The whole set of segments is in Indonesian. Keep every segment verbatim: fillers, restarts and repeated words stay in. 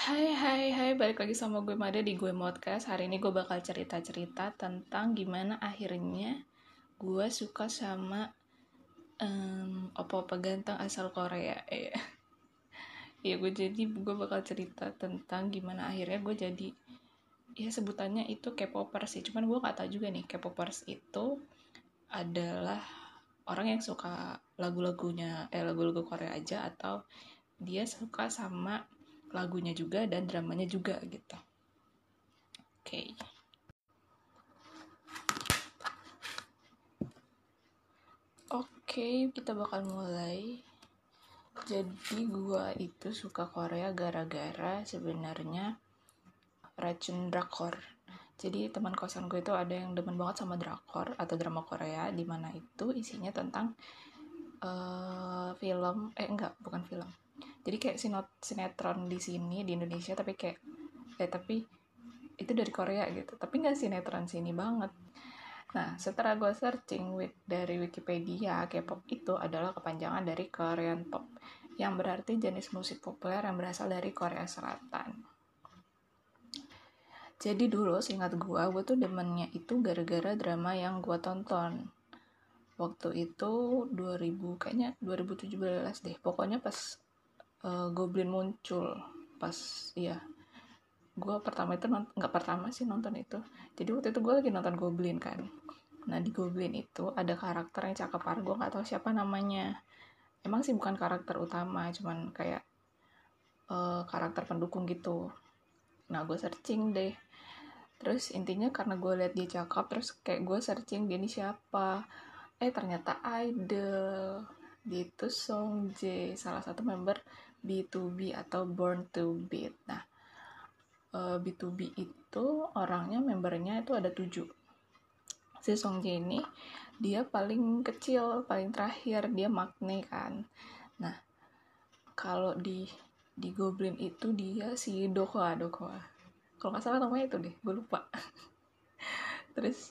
Hai hai hai, balik lagi sama gue Mada di Gue Modcast. Hari ini gue bakal cerita-cerita tentang gimana akhirnya gue suka sama um, opa-opa ganteng asal Korea. Iya, ya, gue jadi gue bakal cerita tentang gimana akhirnya gue jadi, ya sebutannya itu K-popers sih. Cuman gue gak tahu juga nih, K-popers itu adalah orang yang suka lagu-lagunya, eh lagu-lagu Korea aja, atau dia suka sama lagunya juga dan dramanya juga gitu. Oke. Okay. Oke, okay, kita bakal mulai. Jadi gue itu suka Korea gara-gara sebenarnya racun drakor. Jadi teman kosan gue itu ada yang demen banget sama drakor atau drama Korea, di mana itu isinya tentang uh, film, eh enggak, bukan film. Jadi kayak sinetron di sini di Indonesia, tapi kayak eh tapi itu dari Korea gitu. Tapi nggak sinetron sini banget. Nah, setelah gue searching dari Wikipedia, K-pop itu adalah kepanjangan dari Korean Pop, yang berarti jenis musik populer yang berasal dari Korea Selatan. Jadi dulu, seingat gue, gue tuh demennya itu gara-gara drama yang gue tonton. Waktu itu dua ribu, kayaknya dua ribu tujuh belas deh. Pokoknya pas uh, Goblin muncul, pas, iya. Gue pertama itu, nont- nggak pertama sih nonton itu. Jadi waktu itu gue lagi nonton Goblin kan. Nah di Goblin itu ada karakter yang cakep parah, gue nggak tahu siapa namanya. Emang sih bukan karakter utama, cuman kayak uh, karakter pendukung gitu. Nah gue searching deh, terus intinya karena gue liat dia cakep, terus kayak gue searching dia ini siapa. Eh ternyata idol. Dia itu Song Jae, salah satu member B two B atau Born to Beat. Nah uh, B two B itu orangnya, membernya itu ada tujuh. Si Song Jae ini dia paling kecil, paling terakhir, dia maknae kan. Nah kalau di di Goblin itu dia si Dohwa Dohwa kalau nggak salah namanya itu deh, gue lupa. Terus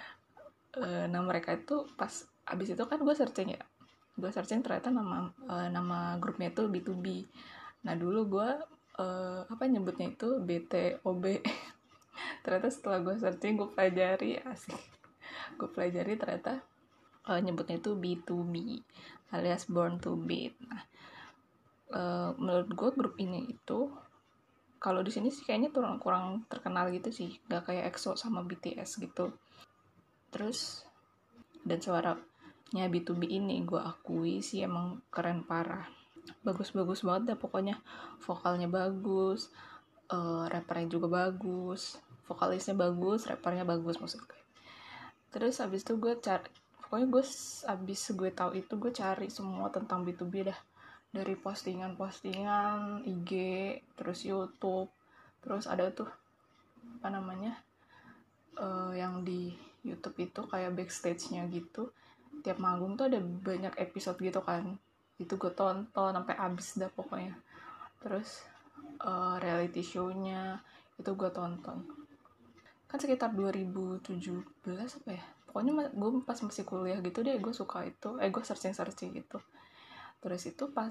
e, nah mereka itu pas abis itu kan gue searching ya, gue searching ternyata nama e, nama grupnya itu B two B. Nah dulu gue e, apa nyebutnya itu B T O B. Ternyata setelah gue searching, gue pelajari, asik, gue pelajari ternyata e, nyebutnya itu B two B alias Born to Beat. Nah Uh, menurut gue grup ini itu kalau di sini sih kayaknya kurang kurang terkenal gitu sih, nggak kayak EXO sama B T S gitu. Terus dan suaranya B two B ini gue akui sih emang keren parah, bagus-bagus banget dah pokoknya. Vokalnya bagus, uh, rappernya juga bagus, vokalisnya bagus, rappernya bagus maksud gue. Terus abis itu gue cari, pokoknya gue abis gue tahu itu gue cari semua tentang B two B dah, dari postingan-postingan I G, terus YouTube, terus ada tuh apa namanya uh, yang di YouTube itu kayak backstage-nya gitu, tiap manggung tuh ada banyak episode gitu kan, itu gue tonton sampai abis dah pokoknya. Terus uh, reality show-nya itu gue tonton kan sekitar dua ribu tujuh belas apa ya, pokoknya gue pas masih kuliah gitu deh, gue suka itu, eh gue searching-searching gitu. Terus itu pas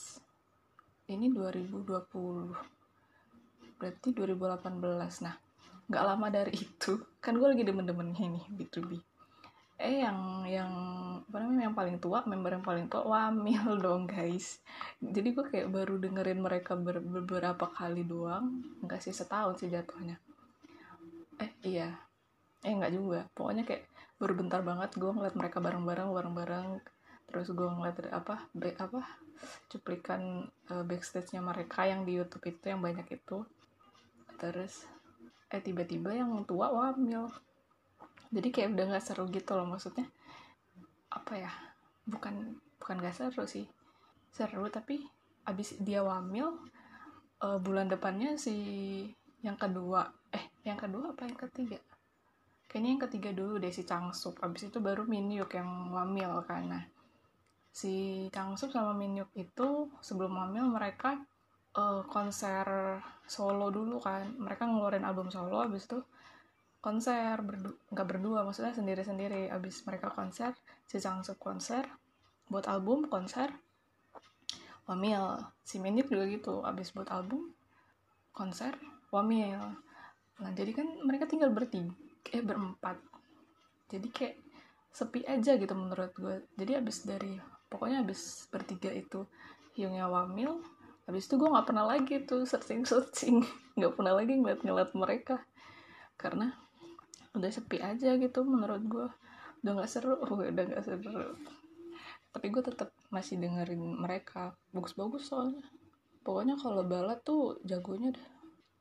ini dua ribu dua puluh, berarti dua ribu delapan belas. Nah nggak lama dari itu kan gue lagi demen-demennya nih B two B, eh yang yang apa namanya yang paling tua, member yang paling tua wamil dong guys. Jadi gue kayak baru dengerin mereka ber- beberapa kali doang, enggak sih setahun sih jatuhnya. Eh iya, eh enggak juga, pokoknya kayak baru bentar banget gue ngeliat mereka bareng-bareng bareng-bareng. Terus gue ngeliat apa back apa cuplikan uh, backstage-nya mereka yang di YouTube itu yang banyak itu. Terus eh tiba-tiba yang tua wamil, jadi kayak udah nggak seru gitu loh, maksudnya apa ya, bukan bukan nggak seru sih, seru tapi abis dia wamil uh, bulan depannya si yang kedua, eh yang kedua apa yang ketiga, kayaknya yang ketiga dulu deh, si Changsup, abis itu baru Minyuk yang wamil kan. Nah si Changsup sama Minyuk itu sebelum wamil mereka uh, konser solo dulu kan, mereka ngeluarin album solo, abis itu konser berdu- nggak berdua, maksudnya sendiri-sendiri. Abis mereka konser, si Changsup konser buat album, konser wamil. Si Minyuk juga gitu, abis buat album konser Wamil. Nah jadi kan mereka tinggal bertiga eh berempat, jadi kayak sepi aja gitu menurut gue. Jadi abis dari pokoknya abis bertiga itu Hyungnya Wamil, abis itu gue nggak pernah lagi tuh searching searching nggak pernah lagi ngeliat-ngeliat mereka karena udah sepi aja gitu menurut gue, udah nggak seru udah nggak seru. Tapi gue tetap masih dengerin mereka, bagus-bagus soalnya. Pokoknya kalau balad tuh jagonya deh.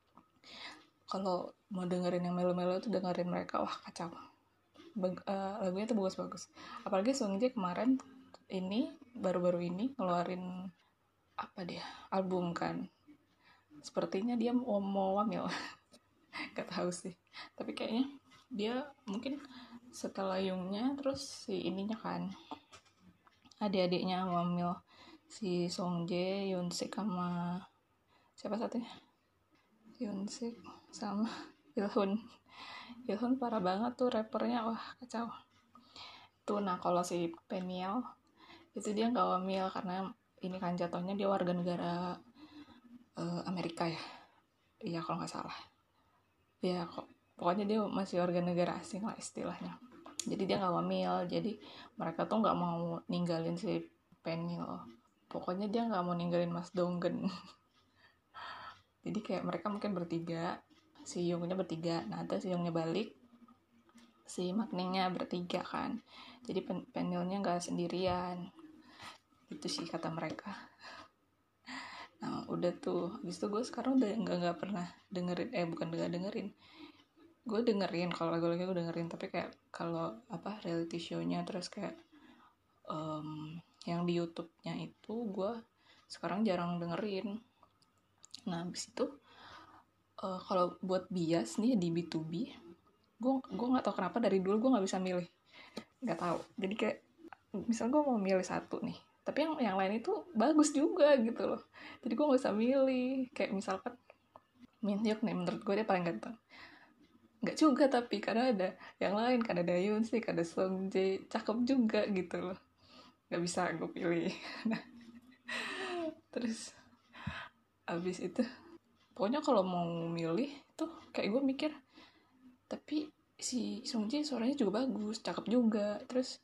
Kalau mau dengerin yang melo-melo tuh dengerin mereka, wah kacau. Bag- uh, lagunya tuh bagus-bagus. Apalagi Sungjae kemarin ini baru-baru ini ngeluarin apa dia album kan. Sepertinya dia mau mau wamil, gak tahu sih. Tapi kayaknya dia mungkin setelah Yungnya terus si ininya kan adik-adiknya wamil, si Songjae, Yunsik sama siapa satunya? Yunsik sama Ilhun. Ilhun parah banget tuh rappernya, wah kacau. Tuh nah kalau si Peniel itu dia nggak wamil karena ini kan jatuhnya dia warga negara uh, Amerika ya. Iya kalau nggak salah. Ya kok pokoknya dia masih warga negara asing lah istilahnya. Jadi dia nggak wamil, jadi mereka tuh nggak mau ninggalin si Peniel. Pokoknya dia nggak mau ninggalin Mas Donggen. Jadi kayak mereka mungkin bertiga, si Yungnya bertiga, nah terus si Yungnya balik, si Makningnya bertiga kan, jadi pen- penilnya nggak sendirian, itu sih kata mereka. Nah udah tuh, habis itu gue sekarang udah nggak nggak pernah dengerin, eh bukan nggak dengerin, gue dengerin kalau lagu-lagu gue dengerin, tapi kayak kalau apa reality show-nya terus kayak um, yang di YouTube-nya itu gue sekarang jarang dengerin. Nah habis itu uh, kalau buat bias nih di B two B, gue gue nggak tahu kenapa dari dulu gue nggak bisa milih, nggak tahu. Jadi kayak misal gue mau milih satu nih, tapi yang yang lain itu bagus juga gitu loh, jadi gue nggak bisa milih. Kayak misalkan Minhyuk nih, menurut gue dia paling ganteng, nggak juga tapi karena ada yang lain kan, ada Yoonsik, ada Songjae, cakep juga gitu loh, nggak bisa gue pilih. Nah terus abis itu pokoknya kalau mau milih tuh kayak gue mikir, tapi si Songjae suaranya juga bagus, cakep juga, terus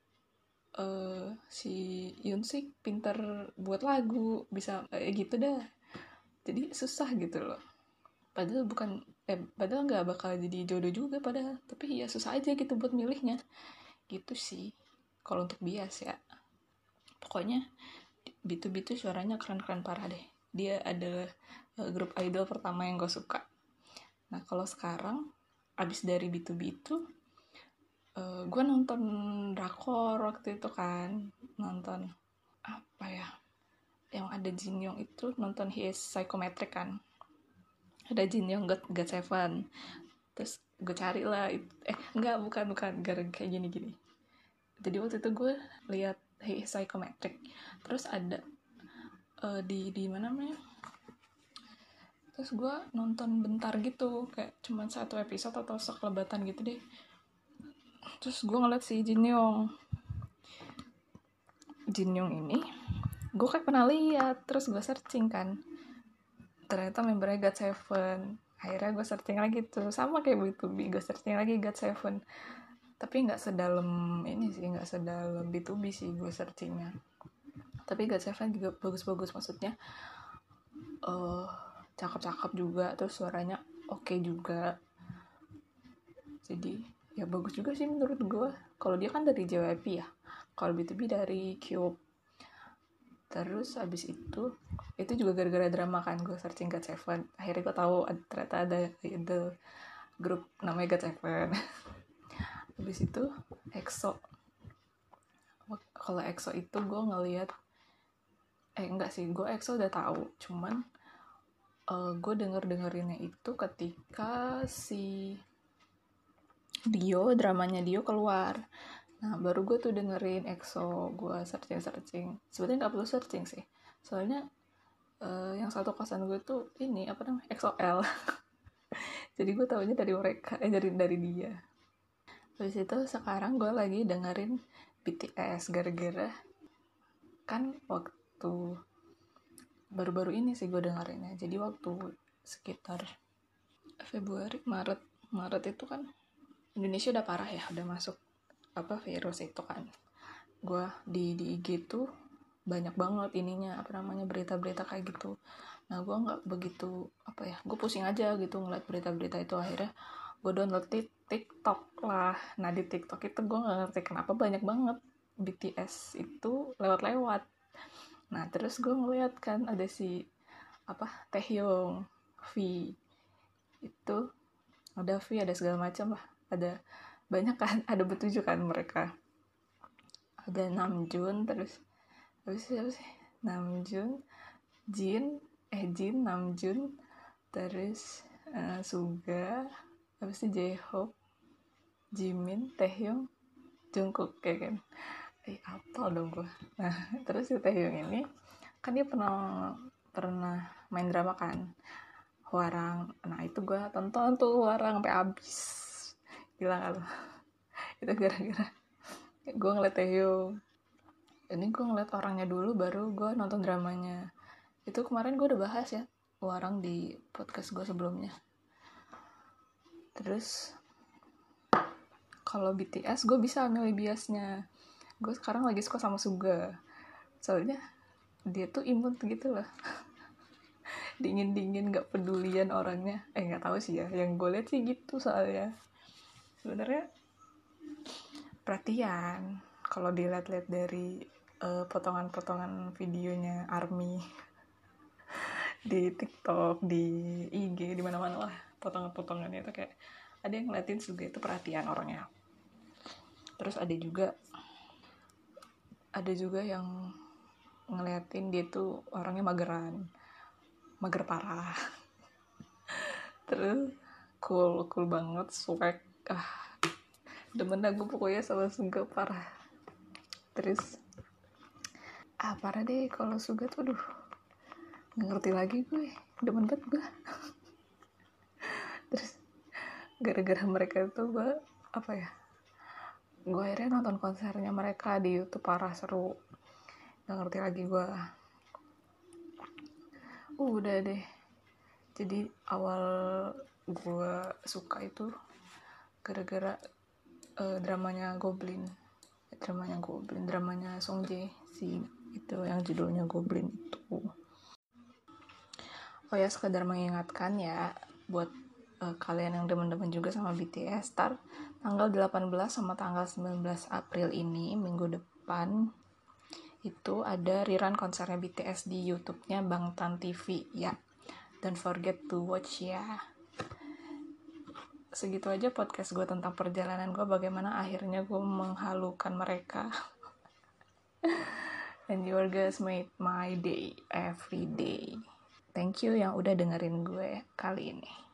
uh, si Yunsik pinter buat lagu, bisa kayak gitu dah, jadi susah gitu loh. Padahal bukan eh padahal nggak bakal jadi jodoh juga padahal, tapi ya susah aja gitu buat milihnya gitu sih kalau untuk bias ya. Pokoknya B two B tuh suaranya keren-keren parah deh, dia adalah uh, grup idol pertama yang gue suka. Nah kalau sekarang abis dari B two B itu uh, gue nonton drakor waktu itu kan, nonton apa ya yang ada Jin Young itu, nonton He is Psychometric kan, ada Jin Young God, God Seven. Terus gue cari lah eh enggak bukan bukan gara kayak gini gini jadi waktu itu gue lihat He is Psychometric, terus ada uh, di di mana namanya, terus gue nonton bentar gitu kayak cuman satu episode atau sekelebatan gitu deh. Terus gue ngeliat si Jin Young Jin Young ini gue kayak pernah lihat, terus gue searching kan, ternyata membernya God Seven. Akhirnya gue searching lagi tuh, sama kayak B two B, gue searching lagi God Seven, tapi nggak sedalam ini sih, nggak sedalam B two B sih gue searchingnya. Tapi God Seven juga bagus-bagus, maksudnya uh, cakep-cakep juga, terus suaranya oke okay juga, jadi ya bagus juga sih menurut gue. Kalau dia kan dari J Y P ya, kalau B two B dari Cube. Terus abis itu itu juga gara-gara drama kan gue searching God Seven, akhirnya gue tahu ternyata ada the grup namanya God Seven. Habis itu EXO, kalau EXO itu gue ngelihat eh enggak sih, gue EXO udah tahu, cuman uh, gue denger dengerinnya itu ketika si Dio, dramanya Dio keluar. Nah baru gue tuh dengerin EXO, gue searching searching sebenarnya nggak perlu searching sih, soalnya uh, yang satu kosan gue tuh ini apa namanya X O L. Jadi gue taunya dari mereka, eh dari dari dia. Habis itu sekarang gue lagi dengerin B T S gara-gara kan waktu baru-baru ini sih gue dengerinnya. Jadi waktu sekitar Februari, Maret. Maret itu kan Indonesia udah parah ya, udah masuk apa virus itu kan. Gue di di I G tuh banyak banget ininya apa namanya berita-berita kayak gitu. Nah gue nggak begitu apa ya, gue pusing aja gitu ngeliat berita-berita itu. Akhirnya gue download TikTok lah. Nah di TikTok itu gue nggak ngerti kenapa banyak banget B T S itu lewat-lewat. Nah terus gue ngeliat kan ada si apa Taehyung, V itu ada V, ada segala macam lah, ada banyak kan, ada bertujuh kan mereka, ada Namjoon, terus habis siapa sih, Namjoon, Jin, eh Jin, Namjoon, terus uh, Suga, habis itu J-Hope, Jimin, Taehyung, Jungkook kayak kan, eh apal dong gue. Nah terus si Taehyung ini kan dia pernah pernah main drama kan, Hwarang. Nah itu gue tonton tuh Hwarang sampai habis. Gila gak lo? Itu gara-gara gue ngeliat Taehyung. Ini gue ngeliat orangnya dulu baru gue nonton dramanya. Itu kemarin gue udah bahas ya Hwarang di podcast gue sebelumnya. Terus kalau B T S gue bisa milih biasnya. Gue sekarang lagi suka sama Suga. Soalnya dia tuh imut gitu loh. Dingin-dingin gak pedulian orangnya. Eh gak tahu sih ya, yang gue lihat sih gitu. Soalnya sebenarnya perhatian kalau dilihat-lihat dari uh, potongan-potongan videonya ARMY di TikTok, di I G, di mana-mana lah potongan-potongannya itu kayak ada yang ngeliatin Suga itu perhatian orangnya. Terus ada juga ada juga yang ngeliatin dia tuh orangnya mageran, mager parah. Terus cool cool banget, swag, ah demen gue pokoknya sama Suga parah. Terus ah parah deh kalau Suga tuh, duh nggak ngerti lagi gue, demen banget gue. Terus gara-gara mereka tuh gue apa ya, gue akhirnya nonton konsernya mereka di YouTube, parah seru. Nggak ngerti lagi gue. Uh, udah deh. Jadi awal gue suka itu gara-gara uh, dramanya Goblin, dramanya Goblin, dramanya Song Jae si itu yang judulnya Goblin itu. Oh ya, sekedar mengingatkan ya buat uh, kalian yang demen-demen juga sama B T S, tar tanggal delapan belas sama tanggal sembilan belas April ini, minggu depan itu ada rerun konsernya B T S di YouTube-nya Bangtan T V ya. Don't forget to watch ya. Segitu aja podcast gue tentang perjalanan gue, bagaimana akhirnya gue menghalukan mereka. And your guys made my day every day. Thank you yang udah dengerin gue kali ini.